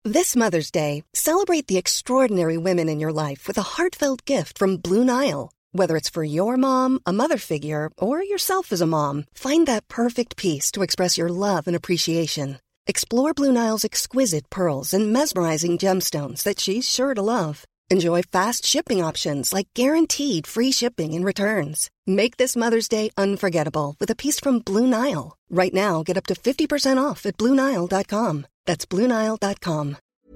This Mother's Day, celebrate the extraordinary women in your life with a heartfelt gift from Blue Nile. Whether it's for your mom, a mother figure, or yourself as a mom, find that perfect piece to express your love and appreciation. Explore Blue Nile's exquisite pearls and mesmerizing gemstones that she's sure to love. Enjoy fast shipping options like guaranteed free shipping and returns. Make this Mother's Day unforgettable with a piece from Blue Nile. Right now, get up to 50% off at BlueNile.com. That's BlueNile.com.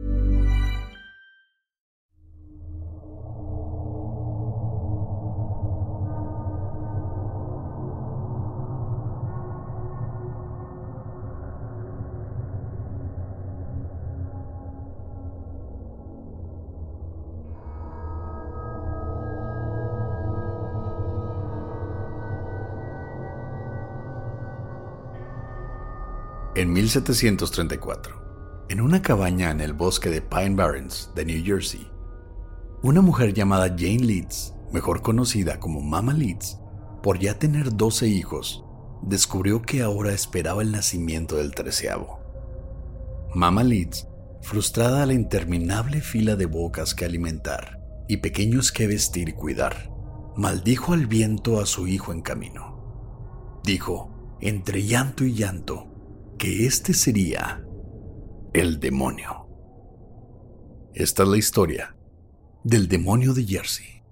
En 1734, en una cabaña en el bosque de Pine Barrens de New Jersey, una mujer llamada Jane Leeds, mejor conocida como Mama Leeds, por ya tener 12 hijos, descubrió que ahora esperaba el nacimiento del 13º. Mama Leeds, frustrada a la interminable fila de bocas que alimentar y pequeños que vestir y cuidar, maldijo al viento a su hijo en camino. Dijo, entre llanto y llanto, que este sería el demonio. Esta es la historia del demonio de Jersey.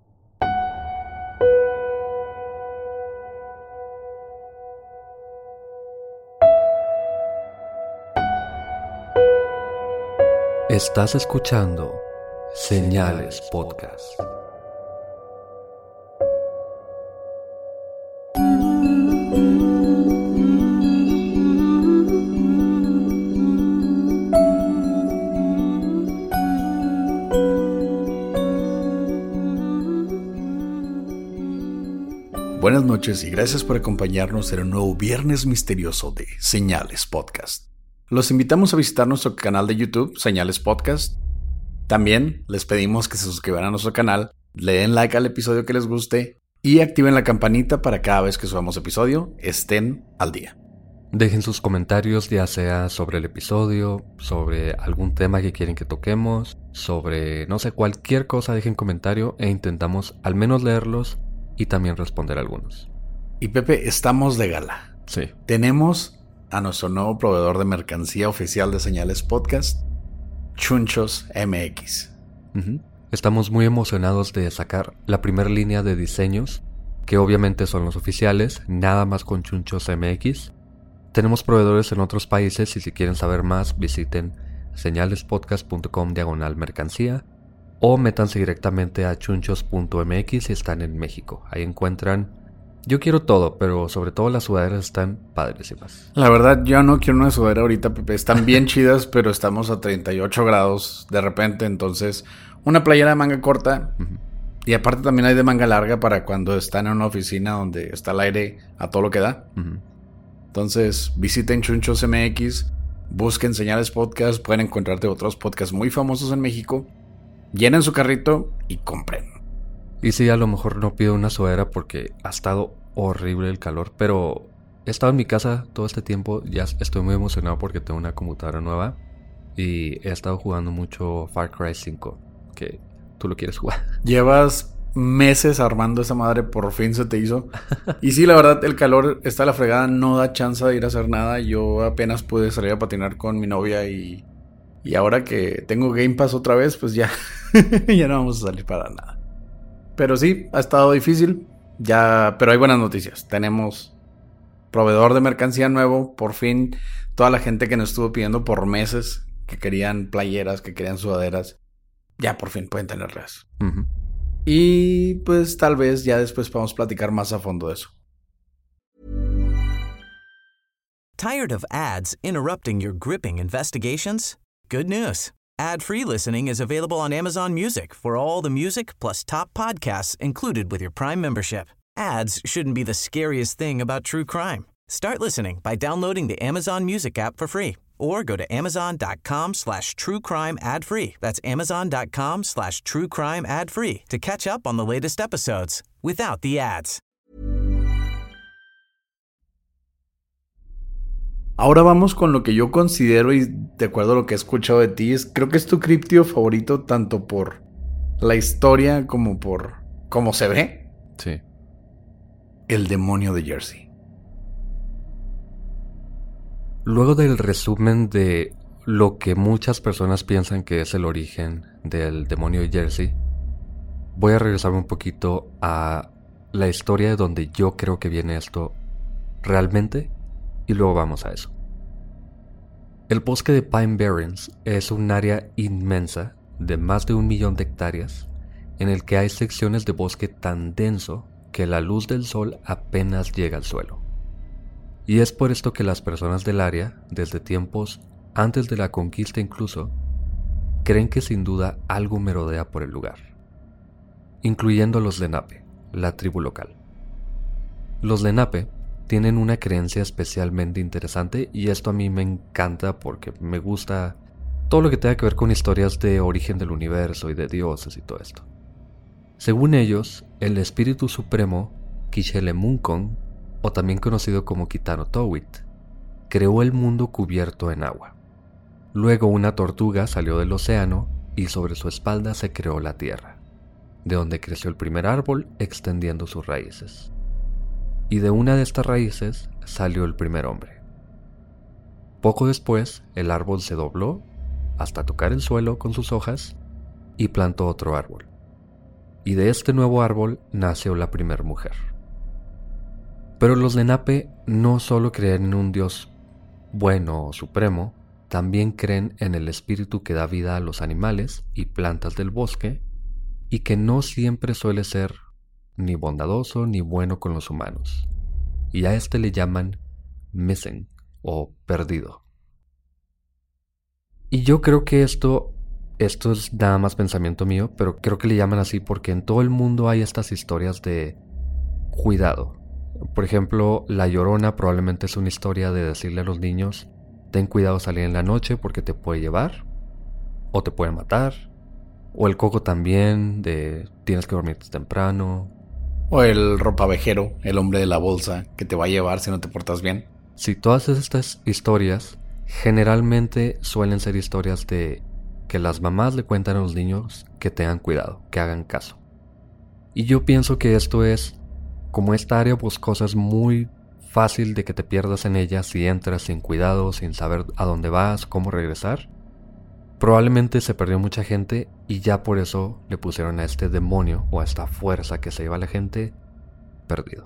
Estás escuchando Señales Podcast. Buenas noches y gracias por acompañarnos en un nuevo Viernes Misterioso de Señales Podcast. Los invitamos a visitar nuestro canal de YouTube, Señales Podcast. También les pedimos que se suscriban a nuestro canal, le den like al episodio que les guste y activen la campanita para cada vez que subamos episodio estén al día. Dejen sus comentarios, ya sea sobre el episodio, sobre algún tema que quieren que toquemos, sobre, no sé, cualquier cosa, dejen comentario e intentamos al menos leerlos y también responder algunos. Y Pepe, estamos de gala. Sí. Tenemos a nuestro nuevo proveedor de mercancía oficial de Señales Podcast, Chunchos MX. Estamos muy emocionados de sacar la primera línea de diseños, que obviamente son los oficiales, nada más con Chunchos MX. Tenemos proveedores en otros países y si quieren saber más, visiten señalespodcast.com/mercancía o métanse directamente a chunchos.mx si están en México. Ahí encuentran, yo quiero todo, pero sobre todo las sudaderas están padrísimas. La verdad, yo no quiero una sudadera ahorita, Pepe. Están bien chidas, pero estamos a 38 grados de repente. Entonces, una playera de manga corta. Y aparte también hay de manga larga para cuando están en una oficina donde está el aire a todo lo que da. Entonces, visiten Chunchos MX, busquen Señales Podcast. Pueden encontrarte otros podcasts muy famosos en México. Llenen su carrito y compren. Y sí, a lo mejor no pido una sudadera porque ha estado horrible el calor, pero he estado en mi casa todo este tiempo. Ya estoy muy emocionado porque tengo una computadora nueva y he estado jugando mucho Far Cry 5, que tú lo quieres jugar. Llevas meses armando esa madre, por fin se te hizo. Y sí, la verdad, el calor está a la fregada, no da chance de ir a hacer nada. Yo apenas pude salir a patinar con mi novia y ahora que tengo Game Pass otra vez, pues ya, ya no vamos a salir para nada. Pero sí, ha estado difícil, ya, pero hay buenas noticias. Tenemos proveedor de mercancía nuevo, por fin. Toda la gente que nos estuvo pidiendo por meses, que querían playeras, que querían sudaderas, ya por fin pueden tenerlas. Y pues tal vez ya después podamos platicar más a fondo de eso. Tired of ads interrupting your gripping investigations? Good news. Ad-free listening is available on Amazon Music for all the music plus top podcasts included with your Prime membership. Ads shouldn't be the scariest thing about true crime. Start listening by downloading the Amazon Music app for free or go to amazon.com/truecrime ad-free. That's amazon.com/truecrime ad-free to catch up on the latest episodes without the ads. Ahora vamos con lo que yo considero, y de acuerdo a lo que he escuchado de ti, creo que es tu criptido favorito tanto por la historia como por cómo se ve. Sí. El demonio de Jersey. Luego del resumen de lo que muchas personas piensan que es el origen del demonio de Jersey, voy a regresarme un poquito a la historia de donde yo creo que viene esto realmente, y luego vamos a eso. El bosque de Pine Barrens es un área inmensa de más de 1 millón de hectáreas en el que hay secciones de bosque tan denso que la luz del sol apenas llega al suelo. Y es por esto que las personas del área, desde tiempos antes de la conquista incluso, creen que sin duda algo merodea por el lugar, incluyendo los Lenape, la tribu local. Los Lenape tienen una creencia especialmente interesante, y esto a mí me encanta porque me gusta todo lo que tenga que ver con historias de origen del universo y de dioses y todo esto. Según ellos, el espíritu supremo Kishelemunkon, o también conocido como Kitano Towit, creó el mundo cubierto en agua. Luego una tortuga salió del océano y sobre su espalda se creó la tierra, de donde creció el primer árbol extendiendo sus raíces. Y de una de estas raíces salió el primer hombre. Poco después, el árbol se dobló hasta tocar el suelo con sus hojas y plantó otro árbol. Y de este nuevo árbol nació la primera mujer. Pero los Lenape no solo creen en un dios bueno o supremo, también creen en el espíritu que da vida a los animales y plantas del bosque, y que no siempre suele ser ni bondadoso ni bueno con los humanos. Y a este le llaman missing o perdido. Y yo creo que esto es nada más pensamiento mío, pero creo que le llaman así porque en todo el mundo hay estas historias de cuidado. Por ejemplo, La Llorona probablemente es una historia de decirle a los niños: ten cuidado salir en la noche porque te puede llevar o te puede matar. O el Coco también, de tienes que dormir temprano. O el ropavejero, el hombre de la bolsa, que te va a llevar si no te portas bien. Sí, todas estas historias generalmente suelen ser historias de que las mamás le cuentan a los niños que tengan cuidado, que hagan caso. Y yo pienso que esto es, como esta área boscosa es muy fácil de que te pierdas en ella si entras sin cuidado, sin saber a dónde vas, cómo regresar. Probablemente se perdió mucha gente y ya por eso le pusieron a este demonio o a esta fuerza que se lleva a la gente perdido.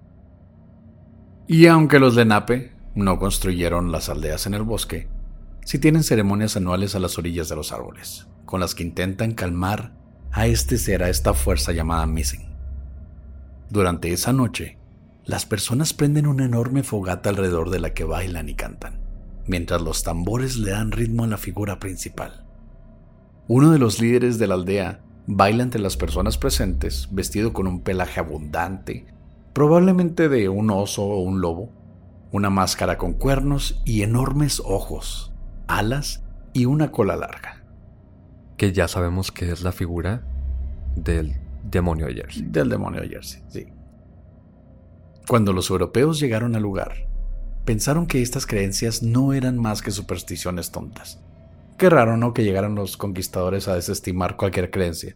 Y aunque los Lenape no construyeron las aldeas en el bosque, sí tienen ceremonias anuales a las orillas de los árboles, con las que intentan calmar a este ser, a esta fuerza llamada Missing. Durante esa noche, las personas prenden una enorme fogata alrededor de la que bailan y cantan, mientras los tambores le dan ritmo a la figura principal. Uno de los líderes de la aldea baila entre las personas presentes, vestido con un pelaje abundante, probablemente de un oso o un lobo, una máscara con cuernos y enormes ojos, alas y una cola larga. Que ya sabemos que es la figura del demonio de Jersey. Del demonio de Jersey, sí. Cuando los europeos llegaron al lugar, pensaron que estas creencias no eran más que supersticiones tontas. Qué raro, ¿no?, que llegaran los conquistadores a desestimar cualquier creencia.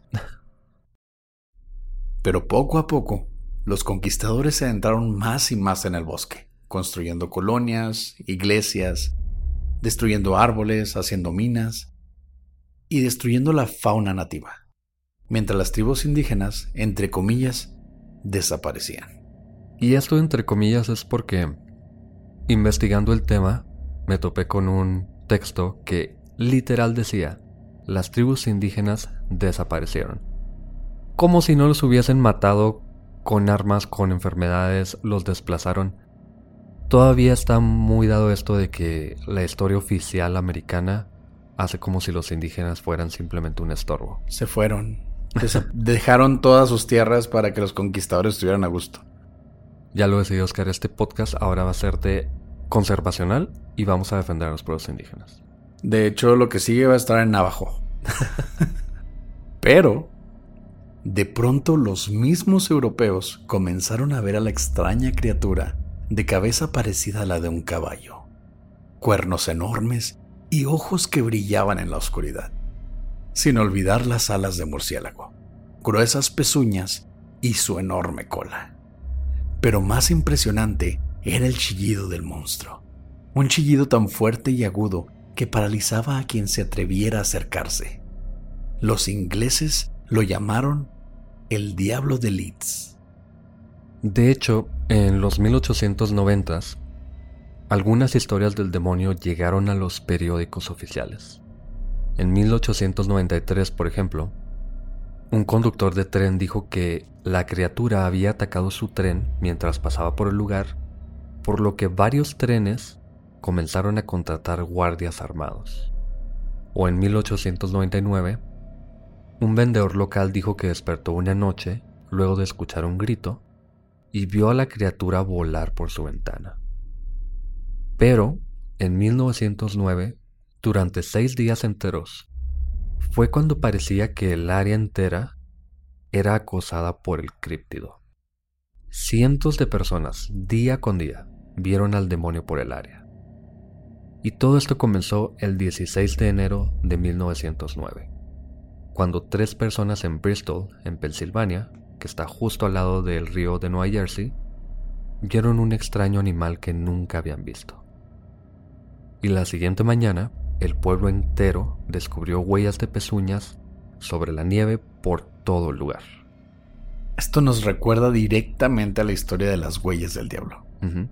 Pero poco a poco, los conquistadores se adentraron más y más en el bosque, construyendo colonias, iglesias, destruyendo árboles, haciendo minas y destruyendo la fauna nativa, mientras las tribus indígenas, entre comillas, desaparecían. Y esto entre comillas es porque, investigando el tema, me topé con un texto que literal decía: las tribus indígenas desaparecieron. Como si no los hubiesen matado con armas, con enfermedades, los desplazaron. Todavía está muy dado esto de que la historia oficial americana hace como si los indígenas fueran simplemente un estorbo. Se fueron. Dejaron todas sus tierras para que los conquistadores estuvieran a gusto. Ya lo decidí, Oscar, este podcast ahora va a ser de conservacional y vamos a defender a los pueblos indígenas. De hecho, lo que sigue va a estar en Navajo. Pero, de pronto los mismos europeos comenzaron a ver a la extraña criatura de cabeza parecida a la de un caballo, cuernos enormes y ojos que brillaban en la oscuridad. Sin olvidar las alas de murciélago, gruesas pezuñas y su enorme cola. Pero más impresionante era el chillido del monstruo. Un chillido tan fuerte y agudo que paralizaba a quien se atreviera a acercarse. Los ingleses lo llamaron el Diablo de Leeds. De hecho, en los 1890s, algunas historias del demonio llegaron a los periódicos oficiales. En 1893, por ejemplo, un conductor de tren dijo que la criatura había atacado su tren mientras pasaba por el lugar, por lo que varios trenes comenzaron a contratar guardias armados. O en 1899, un vendedor local dijo que despertó una noche luego de escuchar un grito y vio a la criatura volar por su ventana. Pero, en 1909, durante 6 días enteros, fue cuando parecía que el área entera era acosada por el críptido. Cientos de personas, día con día, vieron al demonio por el área. Y todo esto comenzó el 16 de enero de 1909, cuando 3 personas en Bristol, en Pensilvania, que está justo al lado del río de Nueva Jersey, vieron un extraño animal que nunca habían visto. Y la siguiente mañana, el pueblo entero descubrió huellas de pezuñas sobre la nieve por todo el lugar. Esto nos recuerda directamente a la historia de las huellas del diablo. Uh-huh.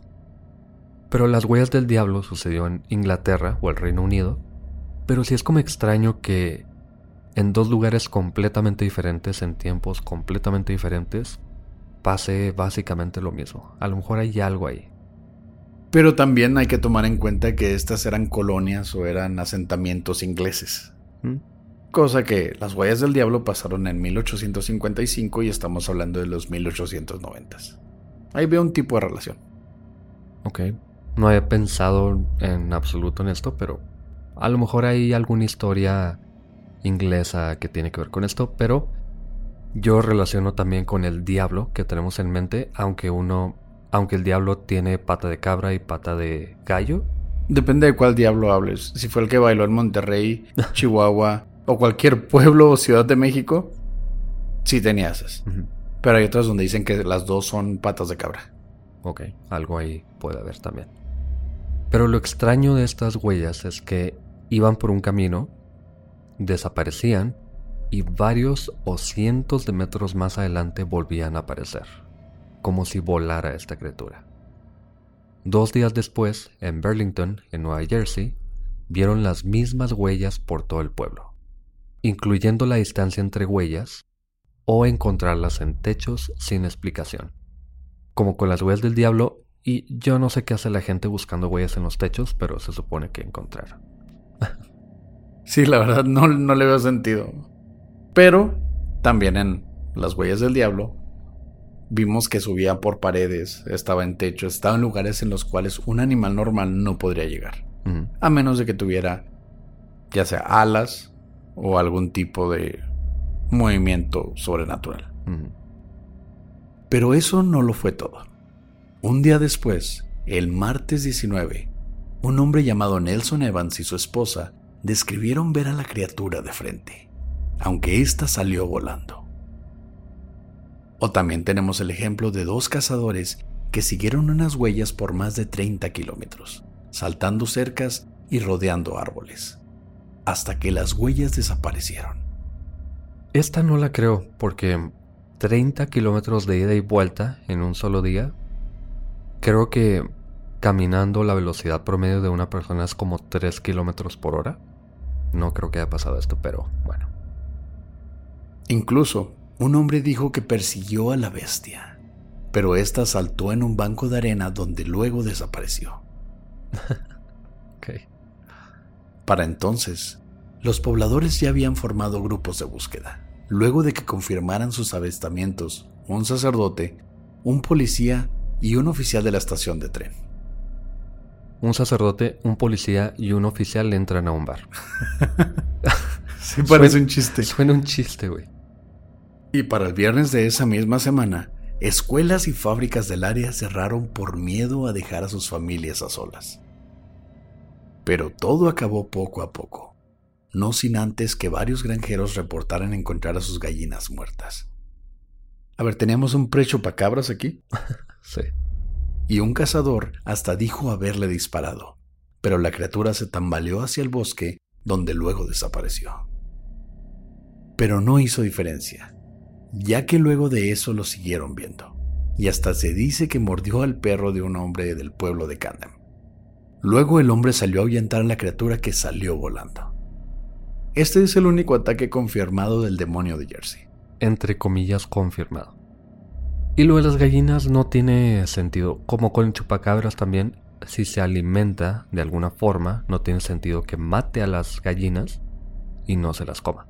Pero las huellas del diablo sucedió en Inglaterra o el Reino Unido, pero sí es como extraño que en 2 lugares completamente diferentes, en tiempos completamente diferentes, pase básicamente lo mismo. A lo mejor hay algo ahí. Pero también hay que tomar en cuenta que estas eran colonias o eran asentamientos ingleses. Cosa que las huellas del diablo pasaron en 1855 y estamos hablando de los 1890s. Ahí veo un tipo de relación. Ok. No había pensado en absoluto en esto, pero a lo mejor hay alguna historia inglesa que tiene que ver con esto, pero yo relaciono también con el diablo que tenemos en mente, aunque el diablo tiene pata de cabra y pata de gallo. Depende de cuál diablo hables. Si fue el que bailó en Monterrey, Chihuahua o cualquier pueblo o ciudad de México, sí tenía esas. Uh-huh. Pero hay otras donde dicen que las 2 son patas de cabra. Ok, algo ahí puede haber también. Pero lo extraño de estas huellas es que iban por un camino, desaparecían y varios o cientos de metros más adelante volvían a aparecer, como si volara esta criatura. 2 días después, en Burlington, en Nueva Jersey, vieron las mismas huellas por todo el pueblo, incluyendo la distancia entre huellas o encontrarlas en techos sin explicación. Como con las huellas del diablo, y yo no sé qué hace la gente buscando huellas en los techos, pero se supone que encontraron. Sí, la verdad no le veo sentido. Pero también en las huellas del diablo vimos que subía por paredes, estaba en techos, estaba en lugares en los cuales un animal normal no podría llegar. Uh-huh. A menos de que tuviera ya sea alas o algún tipo de movimiento sobrenatural. Uh-huh. Pero eso no lo fue todo. Un día después, el martes 19, un hombre llamado Nelson Evans y su esposa describieron ver a la criatura de frente, aunque ésta salió volando. O también tenemos el ejemplo de 2 cazadores que siguieron unas huellas por más de 30 kilómetros, saltando cercas y rodeando árboles, hasta que las huellas desaparecieron. Esta no la creo, porque 30 kilómetros de ida y vuelta en un solo día, creo que caminando la velocidad promedio de una persona es como 3 kilómetros por hora. No creo que haya pasado esto, pero bueno. Incluso, un hombre dijo que persiguió a la bestia, pero ésta saltó en un banco de arena donde luego desapareció. Okay. Para entonces, los pobladores ya habían formado grupos de búsqueda. Luego de que confirmaran sus avistamientos, un sacerdote, un policía y un oficial de la estación de tren. Un sacerdote, un policía y un oficial entran a un bar. Sí, parece un chiste. Suena un chiste, güey. Y para el viernes de esa misma semana, escuelas y fábricas del área cerraron por miedo a dejar a sus familias a solas. Pero todo acabó poco a poco, no sin antes que varios granjeros reportaran encontrar a sus gallinas muertas. A ver, ¿teníamos un prechupacabras aquí? Sí. Y un cazador hasta dijo haberle disparado, pero la criatura se tambaleó hacia el bosque, donde luego desapareció. Pero no hizo diferencia, ya que luego de eso lo siguieron viendo, y hasta se dice que mordió al perro de un hombre del pueblo de Camden. Luego el hombre salió a ahuyentar a la criatura que salió volando. Este es el único ataque confirmado del demonio de Jersey. Entre comillas, confirmado. Y lo de las gallinas no tiene sentido. Como con el chupacabras también, si se alimenta de alguna forma, no tiene sentido que mate a las gallinas y no se las coma.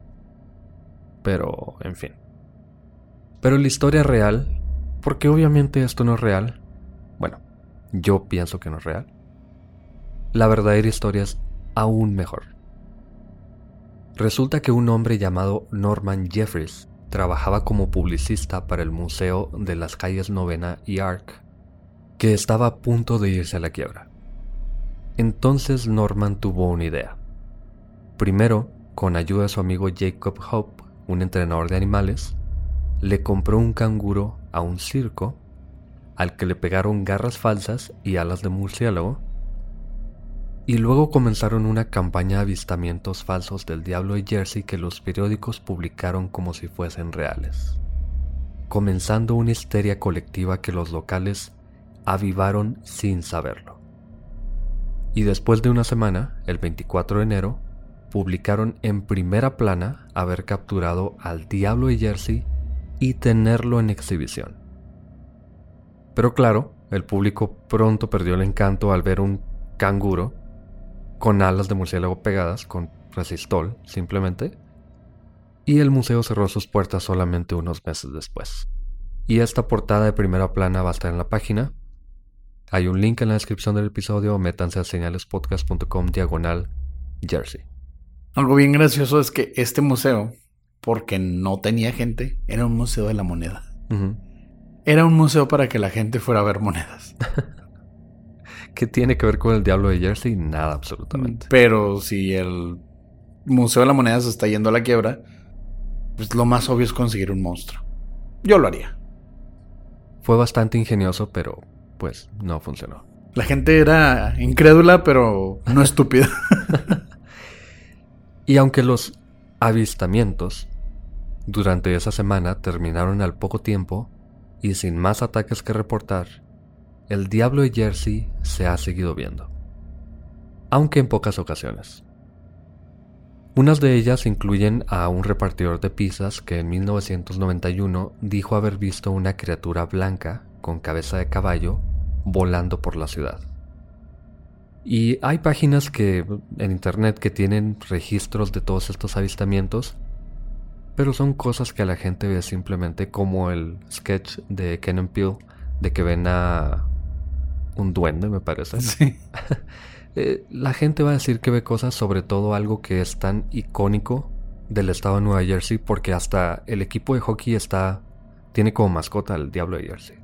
Pero, en fin. Pero la historia real, porque obviamente esto no es real. Bueno, yo pienso que no es real. La verdadera historia es aún mejor. Resulta que un hombre llamado Norman Jeffries trabajaba como publicista para el Museo de las Calles Novena y Ark, que estaba a punto de irse a la quiebra. Entonces Norman tuvo una idea. Primero, con ayuda de su amigo Jacob Hope, un entrenador de animales, le compró un canguro a un circo, al que le pegaron garras falsas y alas de murciélago, y luego comenzaron una campaña de avistamientos falsos del Diablo de Jersey que los periódicos publicaron como si fuesen reales, comenzando una histeria colectiva que los locales avivaron sin saberlo. Y después de una semana, el 24 de enero, publicaron en primera plana haber capturado al Diablo de Jersey y tenerlo en exhibición. Pero claro, el público pronto perdió el encanto al ver un canguro con alas de murciélago pegadas con resistol, simplemente, y el museo cerró sus puertas solamente unos meses después. Y esta portada de primera plana va a estar en la página. Hay un link en la descripción del episodio, métanse a señalespodcast.com/Jersey. Algo bien gracioso es que este museo, porque no tenía gente, era un museo de la moneda. Uh-huh. Era un museo para que la gente fuera a ver monedas. ¿Qué tiene que ver con el Diablo de Jersey? Nada, absolutamente. Pero si el Museo de la Moneda se está yendo a la quiebra, pues lo más obvio es conseguir un monstruo. Yo lo haría. Fue bastante ingenioso, pero pues no funcionó. La gente era incrédula, pero no estúpida. Y aunque los avistamientos durante esa semana terminaron al poco tiempo y sin más ataques que reportar, el Diablo de Jersey se ha seguido viendo, aunque en pocas ocasiones. Unas de ellas incluyen a un repartidor de pizzas que en 1991 dijo haber visto una criatura blanca con cabeza de caballo volando por la ciudad. Y hay páginas en internet que tienen registros de todos estos avistamientos, pero son cosas que la gente ve simplemente, como el sketch de Key & Peele de que ven a un duende, me parece. Sí. La gente va a decir que ve cosas, sobre todo algo que es tan icónico del estado de Nueva Jersey, porque hasta el equipo de hockey tiene como mascota al Diablo de Jersey.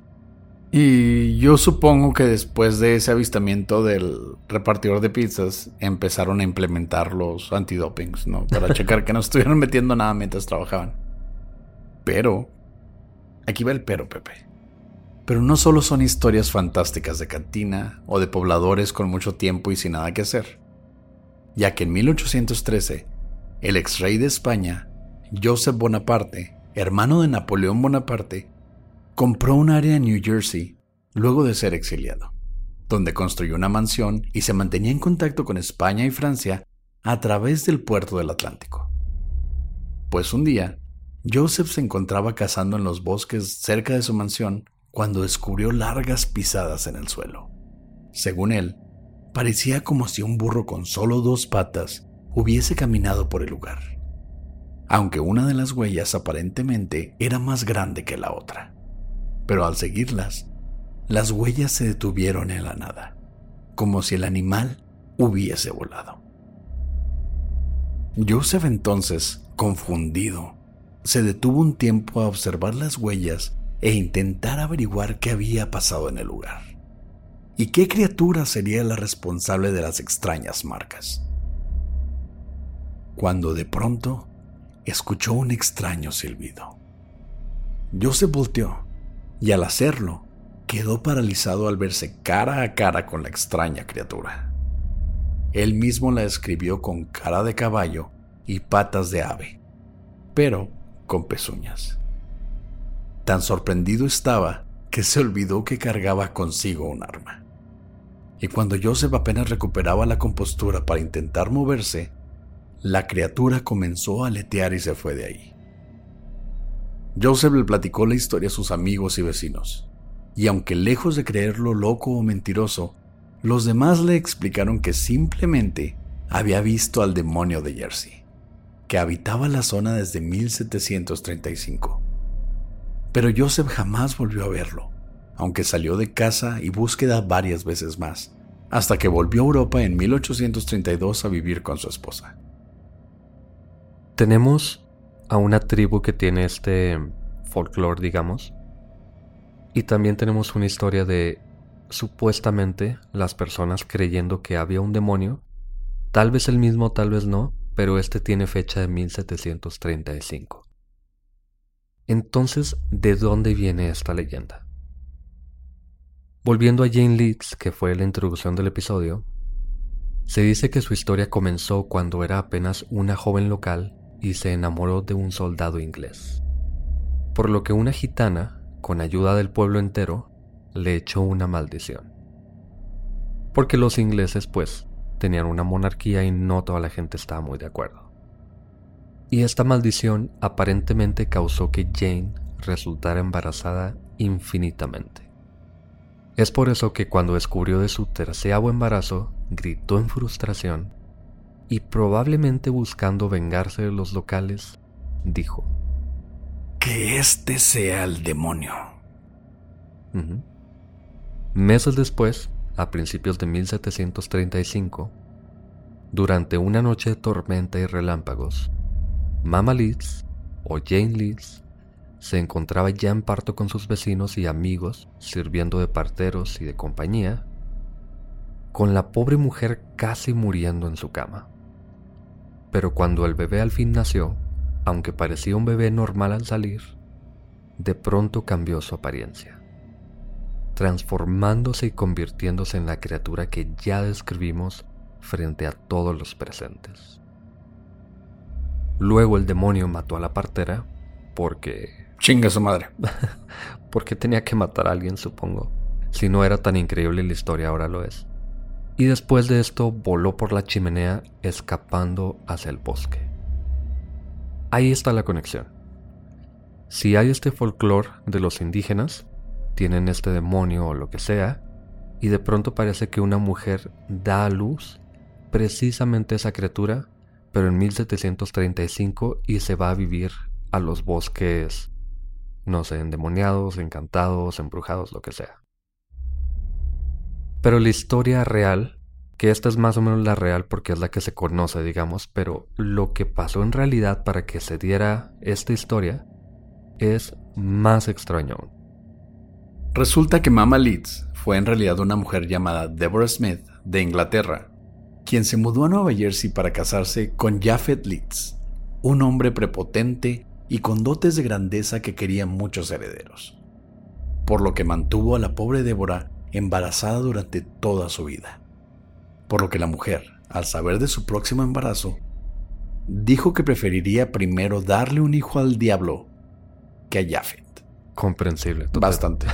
Y yo supongo que después de ese avistamiento del repartidor de pizzas empezaron a implementar los antidopings, ¿no? Para checar que no estuvieran metiendo nada mientras trabajaban. Pero aquí va el pero, Pepe. Pero no solo son historias fantásticas de cantina o de pobladores con mucho tiempo y sin nada que hacer, ya que en 1813 el ex rey de España, Joseph Bonaparte, hermano de Napoleón Bonaparte, compró un área en New Jersey luego de ser exiliado, donde construyó una mansión y se mantenía en contacto con España y Francia a través del puerto del Atlántico. Pues un día, Joseph se encontraba cazando en los bosques cerca de su mansión cuando descubrió largas pisadas en el suelo. Según él, parecía como si un burro con solo 2 patas hubiese caminado por el lugar, aunque una de las huellas aparentemente era más grande que la otra. Pero al seguirlas, las huellas se detuvieron en la nada, como si el animal hubiese volado. Joseph entonces, confundido, se detuvo un tiempo a observar las huellas e intentar averiguar qué había pasado en el lugar. ¿Y qué criatura sería la responsable de las extrañas marcas? Cuando de pronto escuchó un extraño silbido. Joseph volteó y al hacerlo quedó paralizado al verse cara a cara con la extraña criatura. Él mismo la describió con cara de caballo y patas de ave, pero con pezuñas. Tan sorprendido estaba que se olvidó que cargaba consigo un arma. Y cuando Joseph apenas recuperaba la compostura para intentar moverse, la criatura comenzó a aletear y se fue de ahí. Joseph le platicó la historia a sus amigos y vecinos, y aunque lejos de creerlo loco o mentiroso, los demás le explicaron que simplemente había visto al demonio de Jersey, que habitaba la zona desde 1735. Pero Joseph jamás volvió a verlo, aunque salió de casa y búsqueda varias veces más, hasta que volvió a Europa en 1832 a vivir con su esposa. Tenemos a una tribu que tiene este folclore, digamos, y también tenemos una historia de supuestamente las personas creyendo que había un demonio, tal vez el mismo, tal vez no, pero este tiene fecha de 1735. Entonces, ¿de dónde viene esta leyenda? Volviendo a Jane Leeds, que fue la introducción del episodio, se dice que su historia comenzó cuando era apenas una joven local y se enamoró de un soldado inglés, por lo que una gitana, con ayuda del pueblo entero, le echó una maldición. Porque los ingleses, pues, tenían una monarquía y no toda la gente estaba muy de acuerdo. Y esta maldición aparentemente causó que Jane resultara embarazada infinitamente. Es por eso que cuando descubrió de su 13º embarazo, gritó en frustración y probablemente buscando vengarse de los locales, dijo: Que este sea el demonio. Meses después, a principios de 1735, durante una noche de tormenta y relámpagos, Mama Leeds, o Jane Leeds, se encontraba ya en parto con sus vecinos y amigos, sirviendo de parteros y de compañía, con la pobre mujer casi muriendo en su cama. Pero cuando el bebé al fin nació, aunque parecía un bebé normal al salir, de pronto cambió su apariencia, transformándose y convirtiéndose en la criatura que ya describimos frente a todos los presentes. Luego el demonio mató a la partera porque... Chinga su madre. porque tenía que matar a alguien, supongo. Si no era tan increíble la historia, ahora lo es. Y después de esto voló por la chimenea escapando hacia el bosque. Ahí está la conexión. Si hay este folclore de los indígenas, tienen este demonio o lo que sea, y de pronto parece que una mujer da a luz precisamente esa criatura, pero en 1735 y se va a vivir a los bosques, no sé, endemoniados, encantados, embrujados, lo que sea. Pero la historia real, que esta es más o menos la real porque es la que se conoce, digamos, pero lo que pasó en realidad para que se diera esta historia es más extraño aún. Resulta que Mama Leeds fue en realidad una mujer llamada Deborah Smith de Inglaterra, quien se mudó a Nueva Jersey para casarse con Japhet Leeds, un hombre prepotente y con dotes de grandeza que quería muchos herederos, por lo que mantuvo a la pobre Deborah embarazada durante toda su vida. Por lo que la mujer, al saber de su próximo embarazo, dijo que preferiría primero darle un hijo al diablo que a Japhet. Comprensible. Total. Bastante.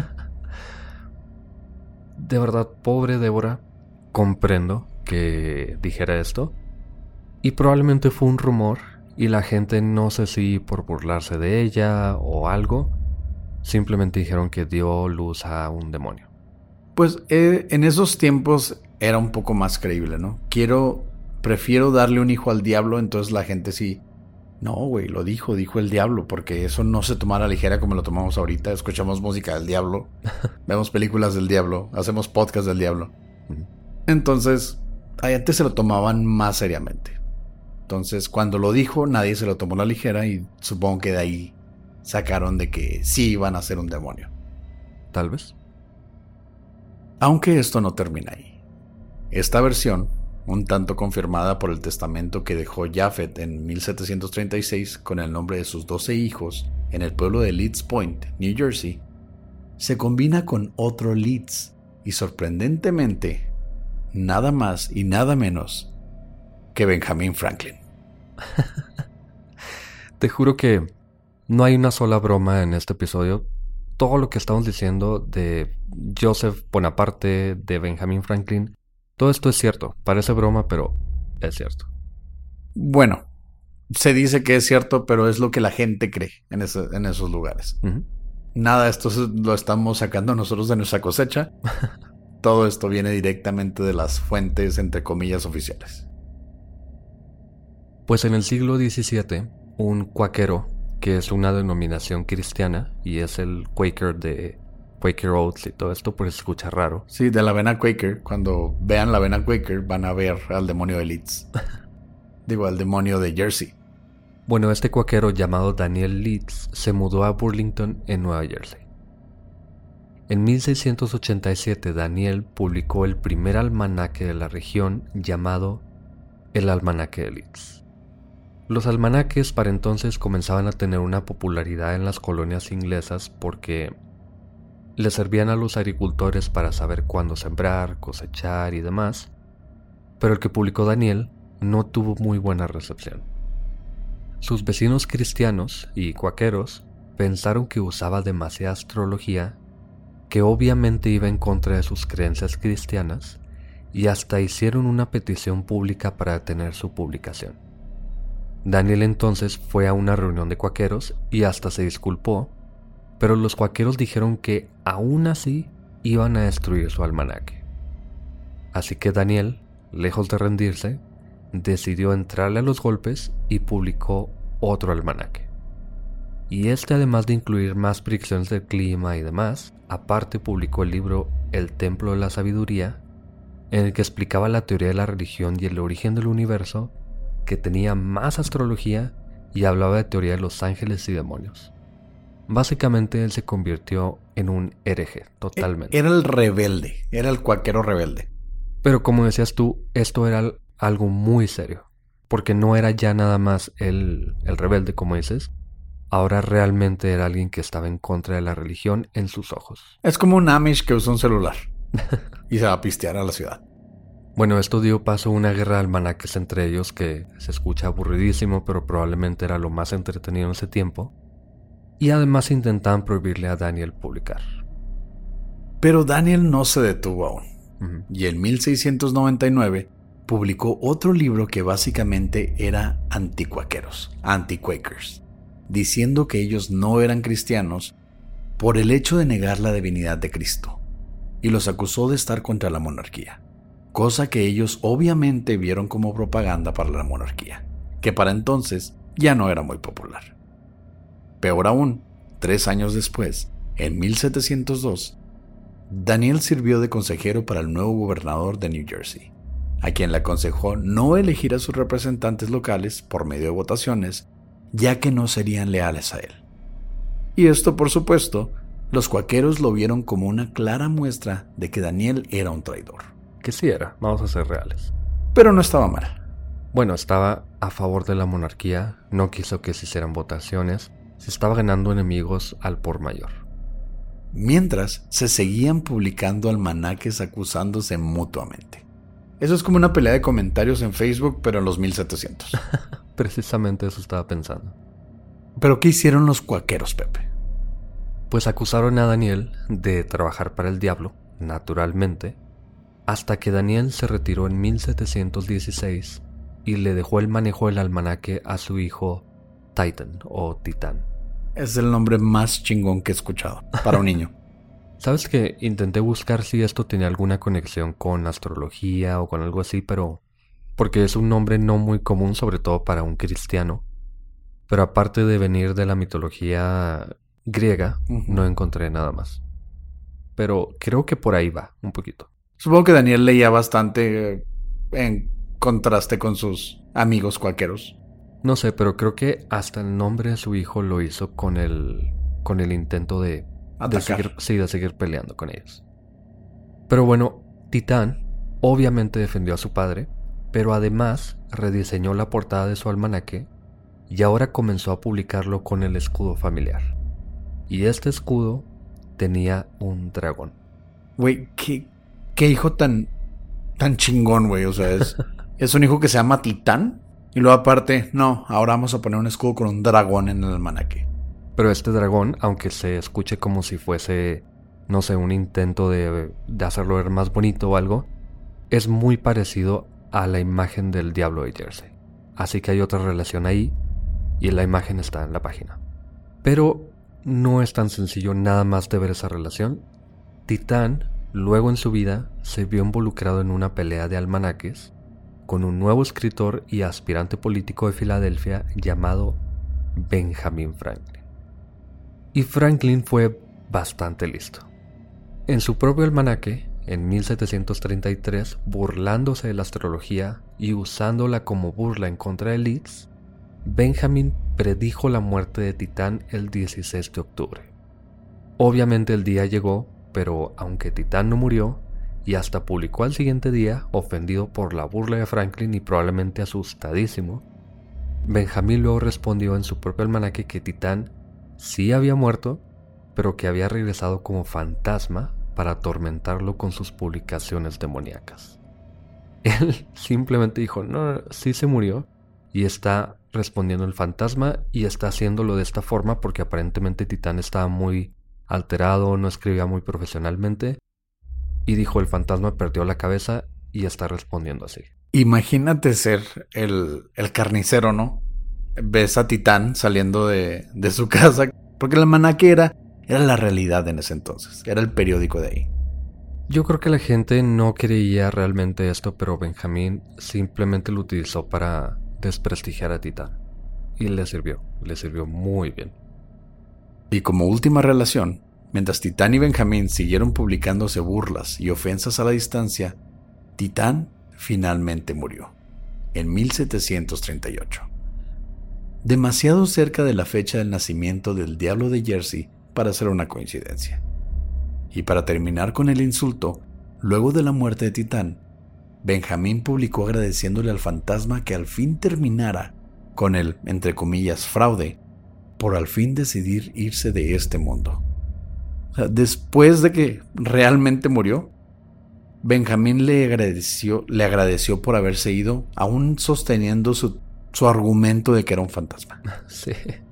De verdad, pobre Débora, comprendo que dijera esto. Y probablemente fue un rumor y la gente, no sé si por burlarse de ella o algo, simplemente dijeron que dio luz a un demonio. Pues en esos tiempos era un poco más creíble, ¿no? Prefiero darle un hijo al diablo, entonces la gente sí... No, güey, lo dijo el diablo, porque eso no se toma a la ligera como lo tomamos ahorita. Escuchamos música del diablo, vemos películas del diablo, hacemos podcasts del diablo. Entonces, antes se lo tomaban más seriamente. Entonces, cuando lo dijo, nadie se lo tomó a la ligera y supongo que de ahí sacaron de que sí iban a ser un demonio. Tal vez. Aunque esto no termina ahí. Esta versión, un tanto confirmada por el testamento que dejó Japhet en 1736 con el nombre de sus 12 hijos en el pueblo de Leeds Point, New Jersey, se combina con otro Leeds y sorprendentemente nada más y nada menos que Benjamin Franklin. Te juro que no hay una sola broma en este episodio. Todo lo que estamos diciendo de Joseph Bonaparte, de Benjamin Franklin, todo esto es cierto. Parece broma, pero es cierto. Bueno, se dice que es cierto, pero es lo que la gente cree en esos lugares. Uh-huh. Nada de esto lo estamos sacando nosotros de nuestra cosecha. Todo esto viene directamente de las fuentes, entre comillas, oficiales. Pues en el siglo XVII, un cuáquero, que es una denominación cristiana, y es el Quaker de Quaker Oats y todo esto, pues se escucha raro. Sí, de la avena Quaker. Cuando vean la avena Quaker van a ver al demonio de Leeds. Digo, al demonio de Jersey. Bueno, este cuáquero llamado Daniel Leeds se mudó a Burlington, en Nueva Jersey. En 1687, Daniel publicó el primer almanaque de la región llamado el Almanaque de Leeds. Los almanaques para entonces comenzaban a tener una popularidad en las colonias inglesas porque le servían a los agricultores para saber cuándo sembrar, cosechar y demás, pero el que publicó Daniel no tuvo muy buena recepción. Sus vecinos cristianos y cuáqueros pensaron que usaba demasiada astrología, que obviamente iba en contra de sus creencias cristianas, y hasta hicieron una petición pública para detener su publicación. Daniel entonces fue a una reunión de cuáqueros y hasta se disculpó, pero los cuáqueros dijeron que aún así iban a destruir su almanaque. Así que Daniel, lejos de rendirse, decidió entrarle a los golpes y publicó otro almanaque. Y este, además de incluir más predicciones del clima y demás, aparte publicó el libro El Templo de la Sabiduría, en el que explicaba la teoría de la religión y el origen del universo, que tenía más astrología y hablaba de teoría de los ángeles y demonios. Básicamente él se convirtió en un hereje, totalmente. Era el rebelde, era el cuáquero rebelde. Pero como decías tú, esto era algo muy serio, porque no era ya nada más el rebelde, como dices. Ahora realmente era alguien que estaba en contra de la religión en sus ojos. Es como un Amish que usa un celular y se va a pistear a la ciudad. Bueno, esto dio paso a una guerra de almanaques entre ellos que se escucha aburridísimo, pero probablemente era lo más entretenido en ese tiempo. Y además intentaban prohibirle a Daniel publicar. Pero Daniel no se detuvo aún. Uh-huh. Y en 1699 publicó otro libro que básicamente era anticuáqueros, anti-Quakers, diciendo que ellos no eran cristianos por el hecho de negar la divinidad de Cristo, y los acusó de estar contra la monarquía, cosa que ellos obviamente vieron como propaganda para la monarquía, que para entonces ya no era muy popular. Peor aún, 3 años después, en 1702, Daniel sirvió de consejero para el nuevo gobernador de New Jersey, a quien le aconsejó no elegir a sus representantes locales por medio de votaciones, ya que no serían leales a él. Y esto, por supuesto, los cuáqueros lo vieron como una clara muestra de que Daniel era un traidor. Que sí era, vamos a ser reales. Pero no estaba mal. Bueno, estaba a favor de la monarquía, no quiso que se hicieran votaciones, se estaba ganando enemigos al por mayor. Mientras, se seguían publicando almanaques acusándose mutuamente. Eso es como una pelea de comentarios en Facebook, pero en los 1700. Precisamente eso estaba pensando. ¿Pero qué hicieron los cuáqueros, Pepe? Pues acusaron a Daniel de trabajar para el diablo, naturalmente, hasta que Daniel se retiró en 1716 y le dejó el manejo del almanaque a su hijo Titan o Titán. Es el nombre más chingón que he escuchado para un niño. Sabes que intenté buscar si esto tenía alguna conexión con astrología o con algo así, pero porque es un nombre no muy común, sobre todo para un cristiano. Pero aparte de venir de la mitología griega, no encontré nada más. Pero creo que por ahí va, un poquito. Supongo que Daniel leía bastante en contraste con sus amigos cuáqueros. No sé, pero creo que hasta el nombre de su hijo lo hizo con el intento de seguir peleando con ellos. Pero bueno, Titán obviamente defendió a su padre, pero además rediseñó la portada de su almanaque y ahora comenzó a publicarlo con el escudo familiar. Y este escudo tenía un dragón. Güey, ¿qué hijo tan chingón, güey? O sea, es un hijo que se llama Titán. Y luego aparte, no, ahora vamos a poner un escudo con un dragón en el almanaque. Pero este dragón, aunque se escuche como si fuese, no sé, un intento de hacerlo ver más bonito o algo, es muy parecido a la imagen del Diablo de Jersey. Así que hay otra relación ahí y la imagen está en la página. Pero no es tan sencillo nada más de ver esa relación. Titán, luego en su vida, se vio involucrado en una pelea de almanaques con un nuevo escritor y aspirante político de Filadelfia llamado Benjamin Franklin. Y Franklin fue bastante listo. En su propio almanaque, en 1733, burlándose de la astrología y usándola como burla en contra de Leeds, Benjamin predijo la muerte de Titán el 16 de octubre. Obviamente el día llegó, pero aunque Titán no murió, y hasta publicó al siguiente día, ofendido por la burla de Franklin y probablemente asustadísimo, Benjamin luego respondió en su propio almanaque que Titán sí había muerto, pero que había regresado como fantasma para atormentarlo con sus publicaciones demoníacas. Él simplemente dijo, no, sí se murió, y está respondiendo el fantasma y está haciéndolo de esta forma porque aparentemente Titán estaba muy alterado, no escribía muy profesionalmente, y dijo el fantasma perdió la cabeza y está respondiendo así. Imagínate ser el carnicero, ¿no? Ves a Titán saliendo de su casa, porque el almanaque era la realidad en ese entonces, era el periódico de ahí. Yo creo que la gente no creía realmente esto, pero Benjamín simplemente lo utilizó para desprestigiar a Titán. Y le sirvió muy bien. Y como última relación, mientras Titán y Benjamín siguieron publicándose burlas y ofensas a la distancia, Titán finalmente murió, en 1738. Demasiado cerca de la fecha del nacimiento del Diablo de Jersey para ser una coincidencia. Y para terminar con el insulto, luego de la muerte de Titán, Benjamín publicó agradeciéndole al fantasma que al fin terminara con el, entre comillas, fraude, por al fin decidir irse de este mundo. O sea, después de que realmente murió, Benjamín le agradeció por haberse ido, aún sosteniendo su argumento de que era un fantasma. Sí.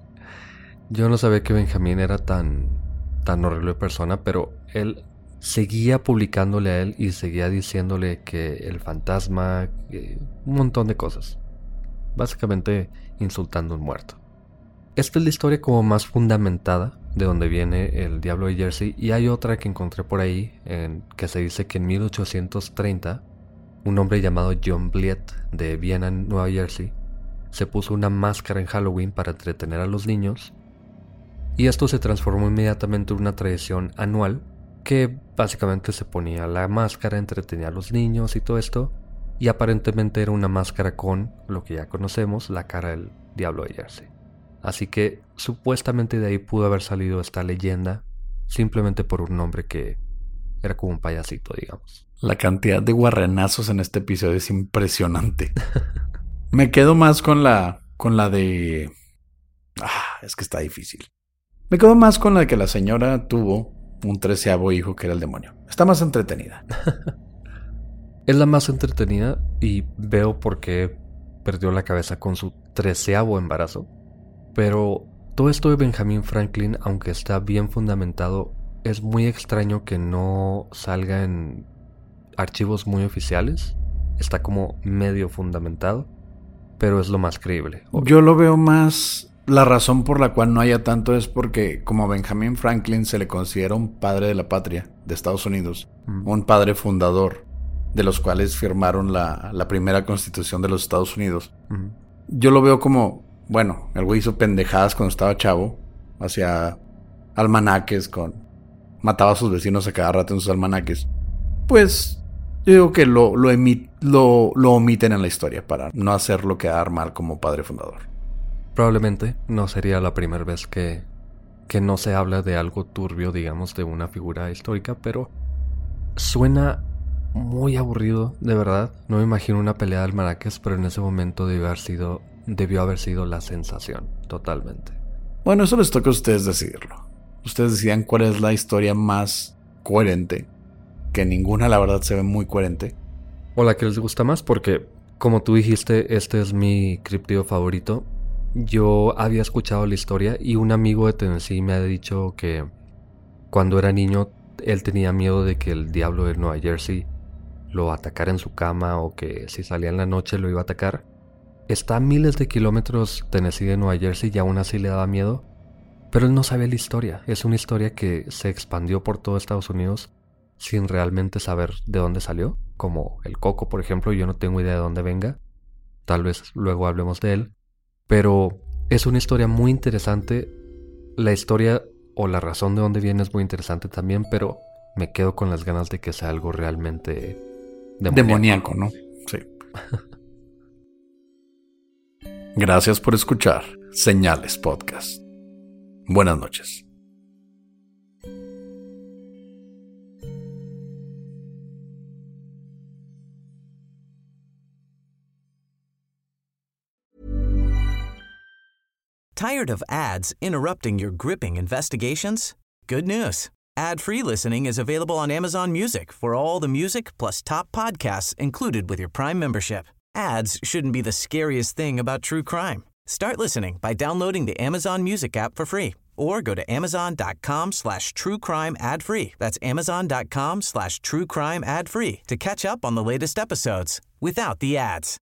Yo no sabía que Benjamín era tan horrible persona, pero él seguía publicándole a él y seguía diciéndole que el fantasma, un montón de cosas. Básicamente insultando a un muerto. Esta es la historia como más fundamentada de donde viene el Diablo de Jersey, y hay otra que encontré por ahí que se dice que en 1830 un hombre llamado John Bliet de Viena, Nueva Jersey, se puso una máscara en Halloween para entretener a los niños, y esto se transformó inmediatamente en una tradición anual que básicamente se ponía la máscara, entretenía a los niños y todo esto, y aparentemente era una máscara con lo que ya conocemos, la cara del Diablo de Jersey. Así que supuestamente de ahí pudo haber salido esta leyenda simplemente por un nombre que era como un payasito, digamos. La cantidad de guarrenazos en este episodio es impresionante. Me quedo más con la de... es que está difícil. Me quedo más con la de que la señora tuvo un 13º hijo que era el demonio. Está más entretenida. Es la más entretenida y veo por qué perdió la cabeza con su 13º embarazo. Pero todo esto de Benjamin Franklin, aunque está bien fundamentado, es muy extraño que no salga en archivos muy oficiales. Está como medio fundamentado, pero es lo más creíble. Obvio. Yo lo veo más... La razón por la cual no haya tanto es porque como a Benjamin Franklin se le considera un padre de la patria de Estados Unidos, un padre fundador, de los cuales firmaron la primera constitución de los Estados Unidos. Yo lo veo como, bueno, el güey hizo pendejadas cuando estaba chavo, hacía almanaques mataba a sus vecinos a cada rato en sus almanaques. Pues yo digo que lo omiten en la historia para no hacerlo quedar mal como padre fundador. Probablemente no sería la primera vez que no se habla de algo turbio, digamos, de una figura histórica, pero Suena muy aburrido, de verdad. No me imagino una pelea de almanaques, pero en ese momento debió haber sido la sensación, totalmente. Bueno, eso les toca a ustedes decidirlo. Ustedes decidan cuál es la historia más coherente, que ninguna la verdad se ve muy coherente. O la que les gusta más, porque como tú dijiste, este es mi críptido favorito. Yo había escuchado la historia y un amigo de Tennessee me ha dicho que cuando era niño él tenía miedo de que el diablo de Nueva Jersey lo atacara en su cama o que si salía en la noche lo iba a atacar. Está a miles de kilómetros Tennessee de Nueva Jersey y aún así le daba miedo, pero él no sabía la historia. Es una historia que se expandió por todo Estados Unidos sin realmente saber de dónde salió, como el coco, por ejemplo. Yo no tengo idea de dónde venga, tal vez luego hablemos de él, pero es una historia muy interesante. La historia o la razón de dónde viene es muy interesante también, pero me quedo con las ganas de que sea algo realmente demoníaco, ¿no? Sí. Gracias por escuchar Señales Podcast. Buenas noches. Tired of ads interrupting your gripping investigations? Good news. Ad-free listening is available on Amazon Music for all the music plus top podcasts included with your Prime membership. Ads shouldn't be the scariest thing about true crime. Start listening by downloading the Amazon Music app for free or go to amazon.com/truecrime ad-free. That's amazon.com/truecrime ad-free to catch up on the latest episodes without the ads.